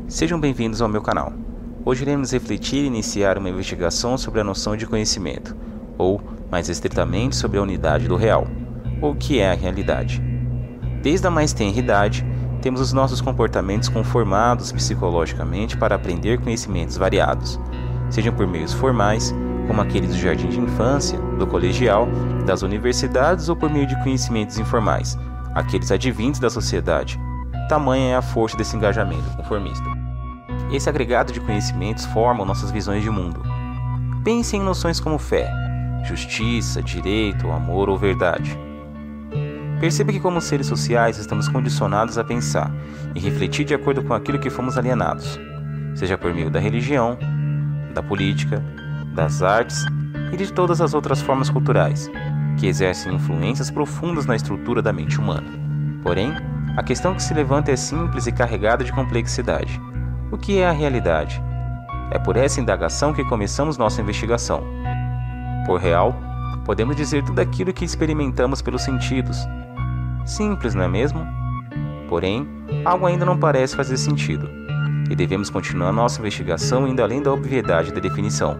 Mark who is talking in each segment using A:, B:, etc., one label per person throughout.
A: Sejam bem-vindos ao meu canal. Hoje iremos refletir e iniciar uma investigação sobre a noção de conhecimento, ou, mais estritamente, sobre a unidade do real, ou o que é a realidade. Desde a mais tenra idade, temos os nossos comportamentos conformados psicologicamente para aprender conhecimentos variados, sejam por meios formais, como aqueles do jardim de infância, do colegial, das universidades, ou por meio de conhecimentos informais, aqueles advindos da sociedade. Tamanha é a força desse engajamento conformista. Esse agregado de conhecimentos forma nossas visões de mundo. Pense em noções como fé, justiça, direito, amor ou verdade. Perceba que, como seres sociais, estamos condicionados a pensar e refletir de acordo com aquilo que fomos alienados, seja por meio da religião, da política, das artes e de todas as outras formas culturais, que exercem influências profundas na estrutura da mente humana. Porém, a questão que se levanta é simples e carregada de complexidade. O que é a realidade? É por essa indagação que começamos nossa investigação. Por real, podemos dizer tudo aquilo que experimentamos pelos sentidos. Simples, não é mesmo? Porém, algo ainda não parece fazer sentido, e devemos continuar nossa investigação indo além da obviedade da definição.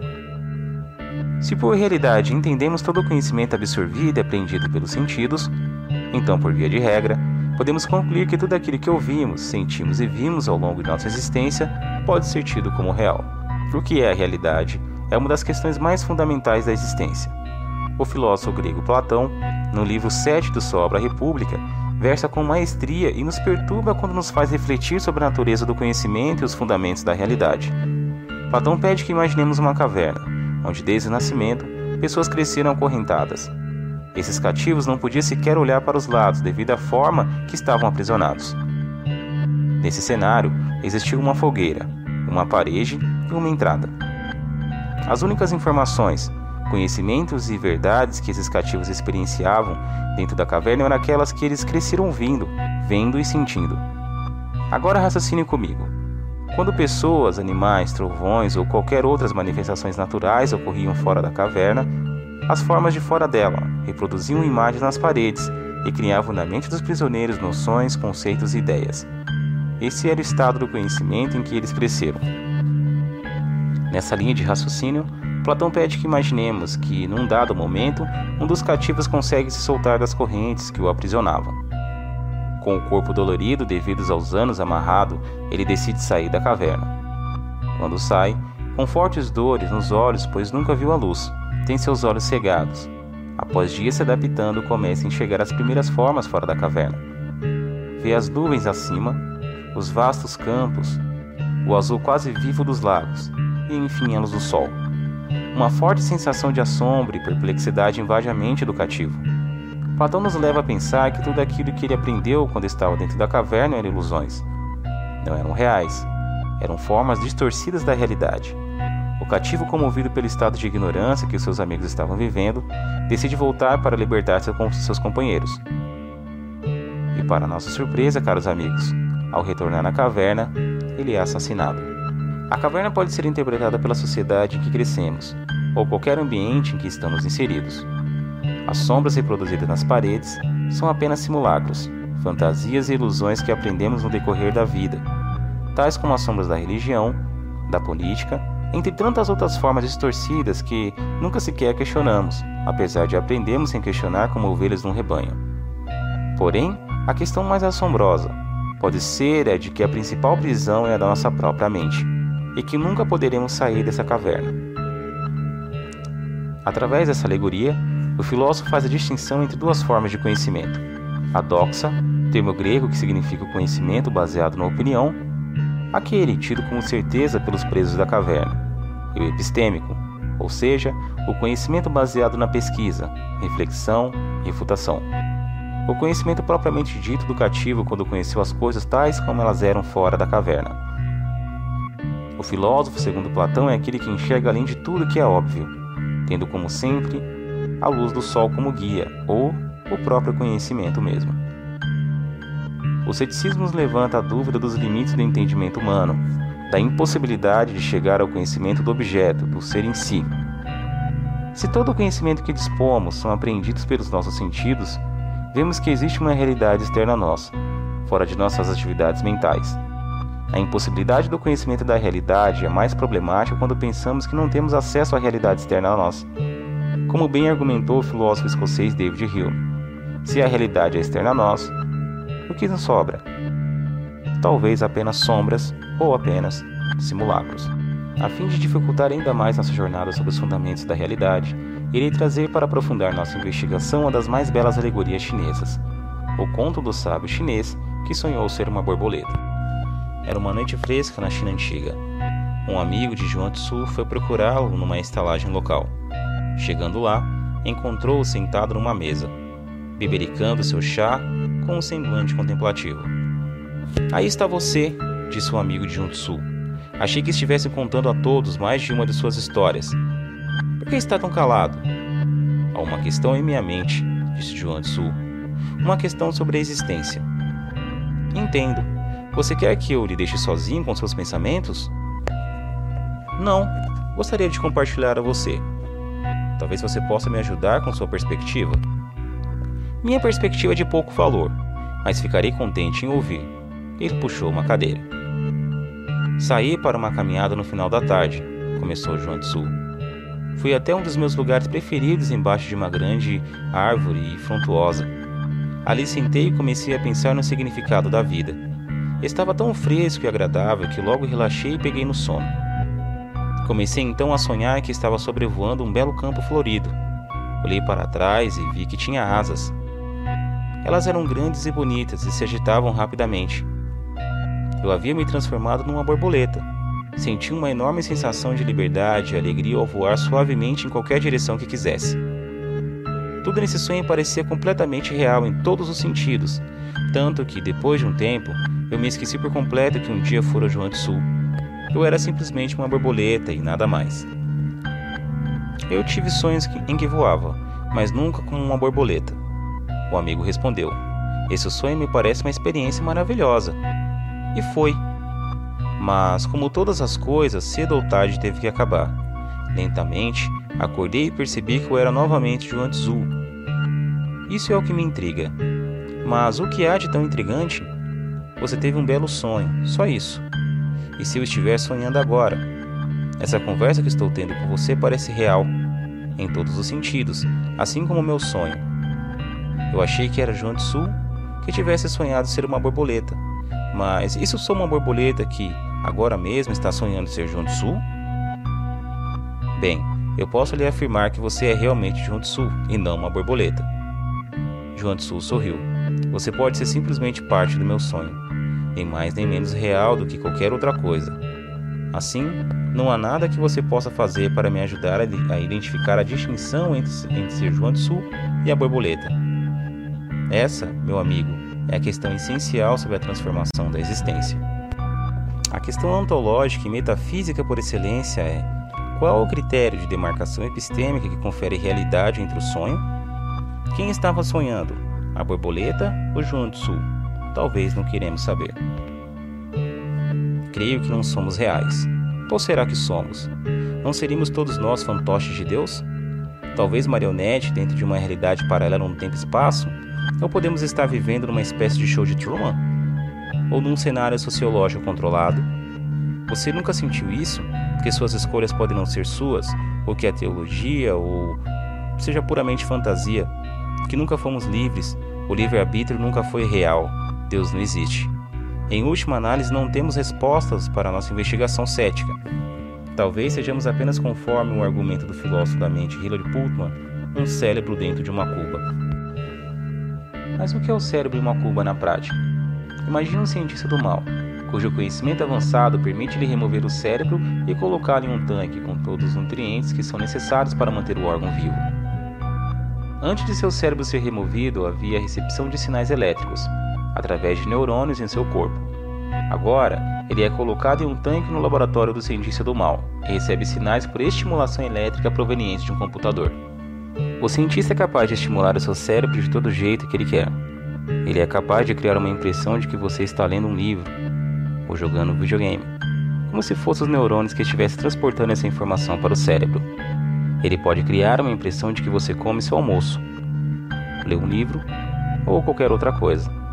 A: Se por realidade entendemos todo o conhecimento absorvido e aprendido pelos sentidos, então, por via de regra, podemos concluir que tudo aquilo que ouvimos, sentimos e vimos ao longo de nossa existência pode ser tido como real. O que é a realidade é uma das questões mais fundamentais da existência. O filósofo grego Platão, no livro 7 do Sua Obra República, versa com maestria e nos perturba quando nos faz refletir sobre a natureza do conhecimento e os fundamentos da realidade. Platão pede que imaginemos uma caverna, onde desde o nascimento, pessoas cresceram acorrentadas. Esses cativos não podiam sequer olhar para os lados devido à forma que estavam aprisionados. Nesse cenário, existia uma fogueira, uma parede e uma entrada. As únicas informações, conhecimentos e verdades que esses cativos experienciavam dentro da caverna eram aquelas que eles cresceram ouvindo, vendo e sentindo. Agora raciocine comigo. Quando pessoas, animais, trovões ou qualquer outras manifestações naturais ocorriam fora da caverna, as formas de fora dela reproduziam imagens nas paredes e criavam na mente dos prisioneiros noções, conceitos e ideias. Esse era o estado do conhecimento em que eles cresceram. Nessa linha de raciocínio, Platão pede que imaginemos que, num dado momento, um dos cativos consegue se soltar das correntes que o aprisionavam. Com o corpo dolorido devido aos anos amarrado, ele decide sair da caverna. Quando sai, com fortes dores nos olhos, pois nunca viu a luz, tem seus olhos cegados. Após dias se adaptando, começa a enxergar as primeiras formas fora da caverna. Vê as nuvens acima, os vastos campos, o azul quase vivo dos lagos e, enfim, a luz do sol. Uma forte sensação de assombro e perplexidade invade a mente do cativo. Platão nos leva a pensar que tudo aquilo que ele aprendeu quando estava dentro da caverna eram ilusões. Não eram reais, eram formas distorcidas da realidade. O cativo, comovido pelo estado de ignorância que os seus amigos estavam vivendo, decide voltar para libertar-se com seus companheiros. E para nossa surpresa, caros amigos, ao retornar à caverna, ele é assassinado. A caverna pode ser interpretada pela sociedade em que crescemos, ou qualquer ambiente em que estamos inseridos. As sombras reproduzidas nas paredes são apenas simulacros, fantasias e ilusões que aprendemos no decorrer da vida, tais como as sombras da religião, da política, entre tantas outras formas distorcidas que nunca sequer questionamos, apesar de aprendermos sem questionar como ovelhas num rebanho. Porém, a questão mais assombrosa pode ser a de que a principal prisão é a da nossa própria mente, e que nunca poderemos sair dessa caverna. Através dessa alegoria, o filósofo faz a distinção entre duas formas de conhecimento: a doxa, termo grego que significa o conhecimento baseado na opinião, aquele tido como certeza pelos presos da caverna, e o epistêmico, ou seja, o conhecimento baseado na pesquisa, reflexão e refutação. O conhecimento propriamente dito do cativo quando conheceu as coisas tais como elas eram fora da caverna. O filósofo, segundo Platão, é aquele que enxerga além de tudo que é óbvio, tendo como sempre a luz do sol como guia, ou o próprio conhecimento mesmo. O ceticismo nos levanta a dúvida dos limites do entendimento humano, da impossibilidade de chegar ao conhecimento do objeto, do ser em si. Se todo o conhecimento que dispomos são aprendidos pelos nossos sentidos, vemos que existe uma realidade externa a nós, fora de nossas atividades mentais. A impossibilidade do conhecimento da realidade é mais problemática quando pensamos que não temos acesso à realidade externa a nós. Como bem argumentou o filósofo escocês David Hume, se a realidade é externa a nós, o que nos sobra? Talvez apenas sombras ou apenas simulacros. A fim de dificultar ainda mais nossa jornada sobre os fundamentos da realidade, irei trazer para aprofundar nossa investigação uma das mais belas alegorias chinesas, o conto do sábio chinês que sonhou ser uma borboleta. Era uma noite fresca na China antiga. Um amigo de Chuang Tzu foi procurá-lo numa estalagem local. Chegando lá, encontrou-o sentado numa mesa, bebericando seu chá com um semblante contemplativo. "Aí está você", disse o amigo de Chuang Tzu. "Achei que estivesse contando a todos mais de uma de suas histórias. Por que está tão calado?" "Há uma questão em minha mente", disse Chuang Tzu. "Uma questão sobre a existência." "Entendo. Você quer que eu lhe deixe sozinho com seus pensamentos?" "Não. Gostaria de compartilhar a você. Talvez você possa me ajudar com sua perspectiva." "Minha perspectiva é de pouco valor, mas ficarei contente em ouvir." Ele puxou uma cadeira. "Saí para uma caminhada no final da tarde", começou Chuang Tzu. "Fui até um dos meus lugares preferidos embaixo de uma grande árvore frondosa. Ali sentei e comecei a pensar no significado da vida. Estava tão fresco e agradável que logo relaxei e peguei no sono. Comecei então a sonhar que estava sobrevoando um belo campo florido. Olhei para trás e vi que tinha asas. Elas eram grandes e bonitas e se agitavam rapidamente. Eu havia me transformado numa borboleta. Senti uma enorme sensação de liberdade e alegria ao voar suavemente em qualquer direção que quisesse. Tudo nesse sonho parecia completamente real em todos os sentidos, tanto que, depois de um tempo, eu me esqueci por completo que um dia fora Chuang Tzu. Eu era simplesmente uma borboleta e nada mais. Eu tive sonhos em que voava, mas nunca como uma borboleta." O amigo respondeu: "Esse sonho me parece uma experiência maravilhosa." E foi. Mas, como todas as coisas, cedo ou tarde teve que acabar. Lentamente, acordei e percebi que eu era novamente Chuang Tzu. Isso é o que me intriga. Mas o que há de tão intrigante? Você teve um belo sonho, só isso. E se eu estiver sonhando agora? Essa conversa que estou tendo com você parece real, em todos os sentidos, assim como o meu sonho. Eu achei que era Chuang Tzu que tivesse sonhado ser uma borboleta. Mas e se eu sou uma borboleta que, agora mesmo, está sonhando ser Chuang Tzu? Bem, eu posso lhe afirmar que você é realmente Chuang Tzu e não uma borboleta." Chuang Tzu sorriu. "Você pode ser simplesmente parte do meu sonho, nem mais nem menos real do que qualquer outra coisa. Assim, não há nada que você possa fazer para me ajudar a identificar a distinção entre ser Chuang Tzu e a borboleta. Essa, meu amigo, é a questão essencial sobre a transformação da existência. A questão ontológica e metafísica por excelência é: qual o critério de demarcação epistêmica que confere realidade entre o sonho? Quem estava sonhando, a borboleta ou Chuang Tzu? Talvez não queremos saber. Creio que não somos reais. Ou será que somos? Não seríamos todos nós fantoches de Deus? Talvez marionete dentro de uma realidade paralela no tempo e espaço? Ou podemos estar vivendo numa espécie de show de Truman? Ou num cenário sociológico controlado? Você nunca sentiu isso? Que suas escolhas podem não ser suas? Ou que a teologia, ou seja puramente fantasia? Que nunca fomos livres? O livre-arbítrio nunca foi real? Deus não existe. Em última análise, não temos respostas para a nossa investigação cética. Talvez sejamos apenas, conforme o argumento do filósofo da mente Hilary Putnam, um cérebro dentro de uma cuba. Mas o que é o cérebro em uma cuba na prática? Imagine um cientista do mal, cujo conhecimento avançado permite-lhe remover o cérebro e colocá-lo em um tanque com todos os nutrientes que são necessários para manter o órgão vivo. Antes de seu cérebro ser removido, havia a recepção de sinais elétricos, através de neurônios em seu corpo. Agora, ele é colocado em um tanque no laboratório do cientista do mal e recebe sinais por estimulação elétrica provenientes de um computador. O cientista é capaz de estimular o seu cérebro de todo jeito que ele quer. Ele é capaz de criar uma impressão de que você está lendo um livro ou jogando um videogame, como se fossem os neurônios que estivessem transportando essa informação para o cérebro. Ele pode criar uma impressão de que você come seu almoço, lê um livro ou qualquer outra coisa.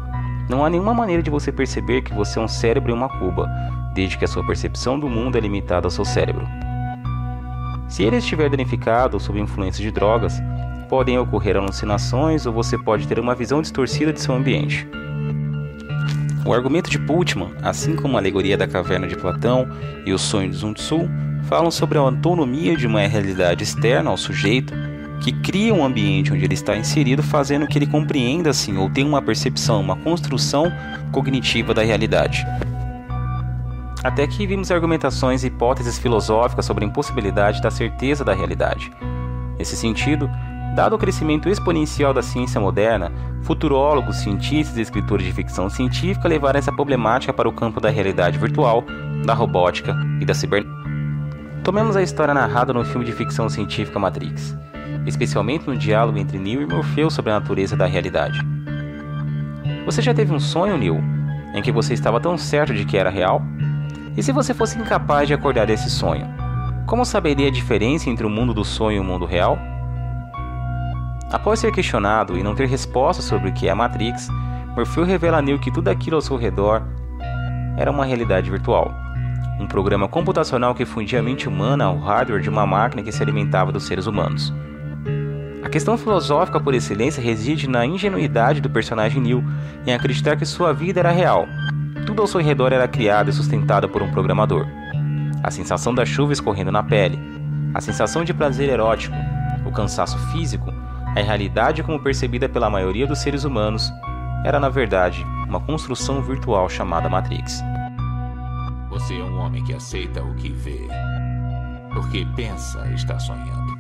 A: Não há nenhuma maneira de você perceber que você é um cérebro em uma cuba, desde que a sua percepção do mundo é limitada ao seu cérebro. Se ele estiver danificado ou sob influência de drogas, podem ocorrer alucinações ou você pode ter uma visão distorcida de seu ambiente. O argumento de Bultmann, assim como a alegoria da caverna de Platão e o sonho de Sun Tzu, falam sobre a autonomia de uma realidade externa ao sujeito que cria um ambiente onde ele está inserido, fazendo que ele compreenda assim ou tenha uma percepção, uma construção cognitiva da realidade. Até aqui vimos argumentações e hipóteses filosóficas sobre a impossibilidade da certeza da realidade. Nesse sentido, dado o crescimento exponencial da ciência moderna, futurólogos, cientistas e escritores de ficção científica levaram essa problemática para o campo da realidade virtual, da robótica e da cibernética. Tomemos a história narrada no filme de ficção científica Matrix, especialmente no diálogo entre Neo e Morpheus sobre a natureza da realidade. Você já teve um sonho, Neo, em que você estava tão certo de que era real? E se você fosse incapaz de acordar desse sonho, como saberia a diferença entre o mundo do sonho e o mundo real? Após ser questionado e não ter resposta sobre o que é a Matrix, Morpheus revela a Neo que tudo aquilo ao seu redor era uma realidade virtual, um programa computacional que fundia a mente humana ao hardware de uma máquina que se alimentava dos seres humanos. A questão filosófica por excelência reside na ingenuidade do personagem Neo em acreditar que sua vida era real. Tudo ao seu redor era criado e sustentado por um programador. A sensação da chuva escorrendo na pele, a sensação de prazer erótico, o cansaço físico, a realidade como percebida pela maioria dos seres humanos, era na verdade uma construção virtual chamada Matrix.
B: Você é um homem que aceita o que vê, porque pensa estar sonhando.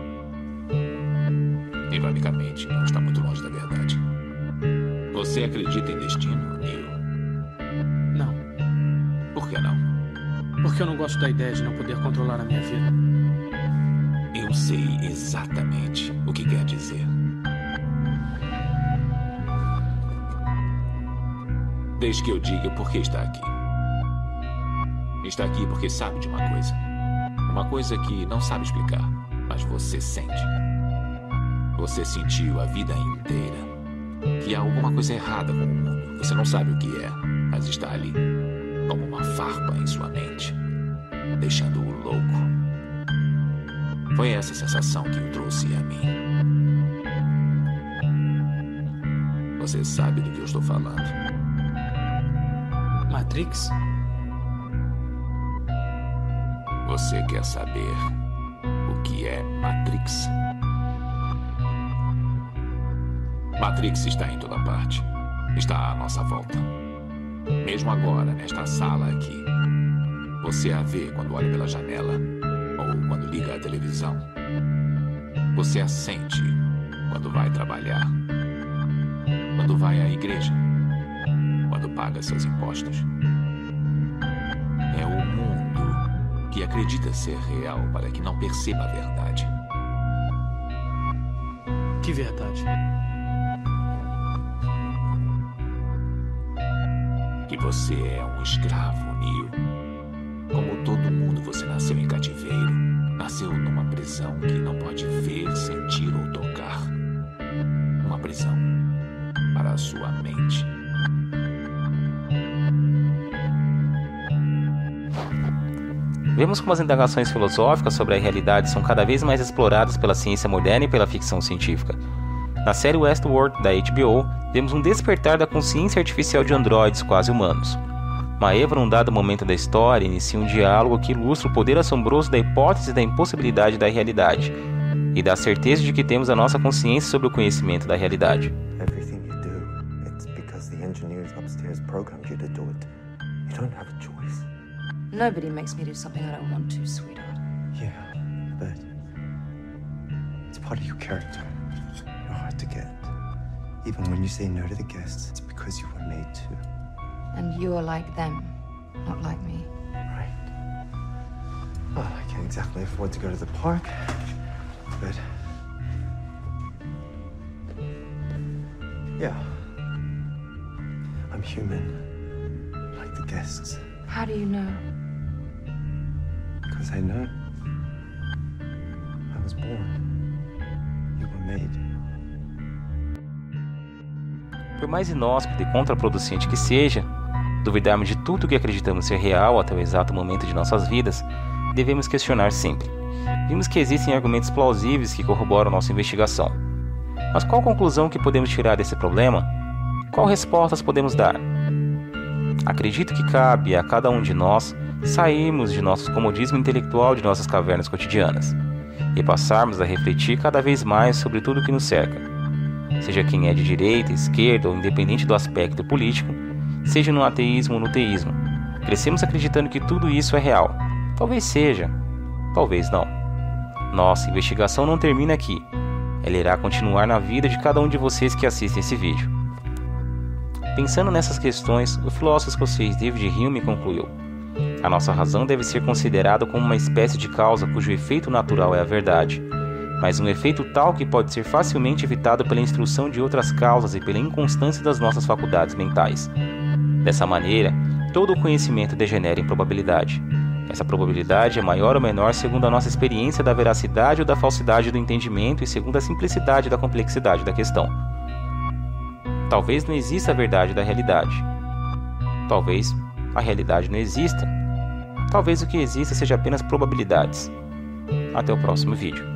B: Ironicamente, não está muito longe da verdade. Você acredita em destino, Neo?
C: Não.
B: Por que não?
C: Porque eu não gosto da ideia de não poder controlar a minha vida.
B: Eu sei exatamente o que quer dizer. Desde que eu diga por que está aqui. Está aqui porque sabe de uma coisa. Uma coisa que não sabe explicar, mas você sente. Você sentiu a vida inteira que há alguma coisa errada com o mundo. Você não sabe o que é, mas está ali, como uma farpa em sua mente, deixando-o louco. Foi essa sensação que o trouxe a mim. Você sabe do que eu estou falando.
C: Matrix?
B: Você quer saber o que é Matrix? Matrix está em toda parte. Está à nossa volta. Mesmo agora, nesta sala aqui. Você a vê quando olha pela janela ou quando liga a televisão. Você a sente quando vai trabalhar, quando vai à igreja, quando paga seus impostos. É o mundo que acredita ser real para que não perceba a verdade.
C: Que verdade?
B: Que você é um escravo, Neo. Como todo mundo, você nasceu em cativeiro. Nasceu numa prisão que não pode ver, sentir ou tocar. Uma prisão para a sua mente.
A: Vemos como as indagações filosóficas sobre a realidade são cada vez mais exploradas pela ciência moderna e pela ficção científica. Na série Westworld, da HBO, vemos um despertar da consciência artificial de androides quase humanos. Maeva, num dado momento da história, inicia um diálogo que ilustra o poder assombroso da hipótese da impossibilidade da realidade e da certeza de que temos a nossa consciência sobre o conhecimento da realidade.
D: Everything you do, it's because the engineers upstairs programmed you to do it. You don't have a choice.
E: Nobody makes me do something I don't want to, sweetheart.
D: Yeah, but it's part of your character. You're hard to get. Even when you say no to the guests, it's because you were made to.
E: And you're like them, not like me.
D: Right. Well, I can't exactly afford to go to the park, but yeah, I'm human, like the guests.
E: How do you know?
D: Because I know. I was born. You were made.
A: Por mais inóspito e contraproducente que seja, duvidarmos de tudo o que acreditamos ser real até o exato momento de nossas vidas, devemos questionar sempre. Vimos que existem argumentos plausíveis que corroboram nossa investigação. Mas qual conclusão que podemos tirar desse problema? Qual respostas podemos dar? Acredito que cabe a cada um de nós sairmos de nosso comodismo intelectual de nossas cavernas cotidianas e passarmos a refletir cada vez mais sobre tudo o que nos cerca. Seja quem é de direita, esquerda ou independente do aspecto político, seja no ateísmo ou no teísmo. Crescemos acreditando que tudo isso é real. Talvez seja, talvez não. Nossa investigação não termina aqui. Ela irá continuar na vida de cada um de vocês que assistem esse vídeo. Pensando nessas questões, o filósofo escocês David Hume concluiu: a nossa razão deve ser considerada como uma espécie de causa cujo efeito natural é a verdade, mas um efeito tal que pode ser facilmente evitado pela instrução de outras causas e pela inconstância das nossas faculdades mentais. Dessa maneira, todo o conhecimento degenera em probabilidade. Essa probabilidade é maior ou menor segundo a nossa experiência da veracidade ou da falsidade do entendimento e segundo a simplicidade da complexidade da questão. Talvez não exista a verdade da realidade. Talvez a realidade não exista. Talvez o que exista seja apenas probabilidades. Até o próximo vídeo.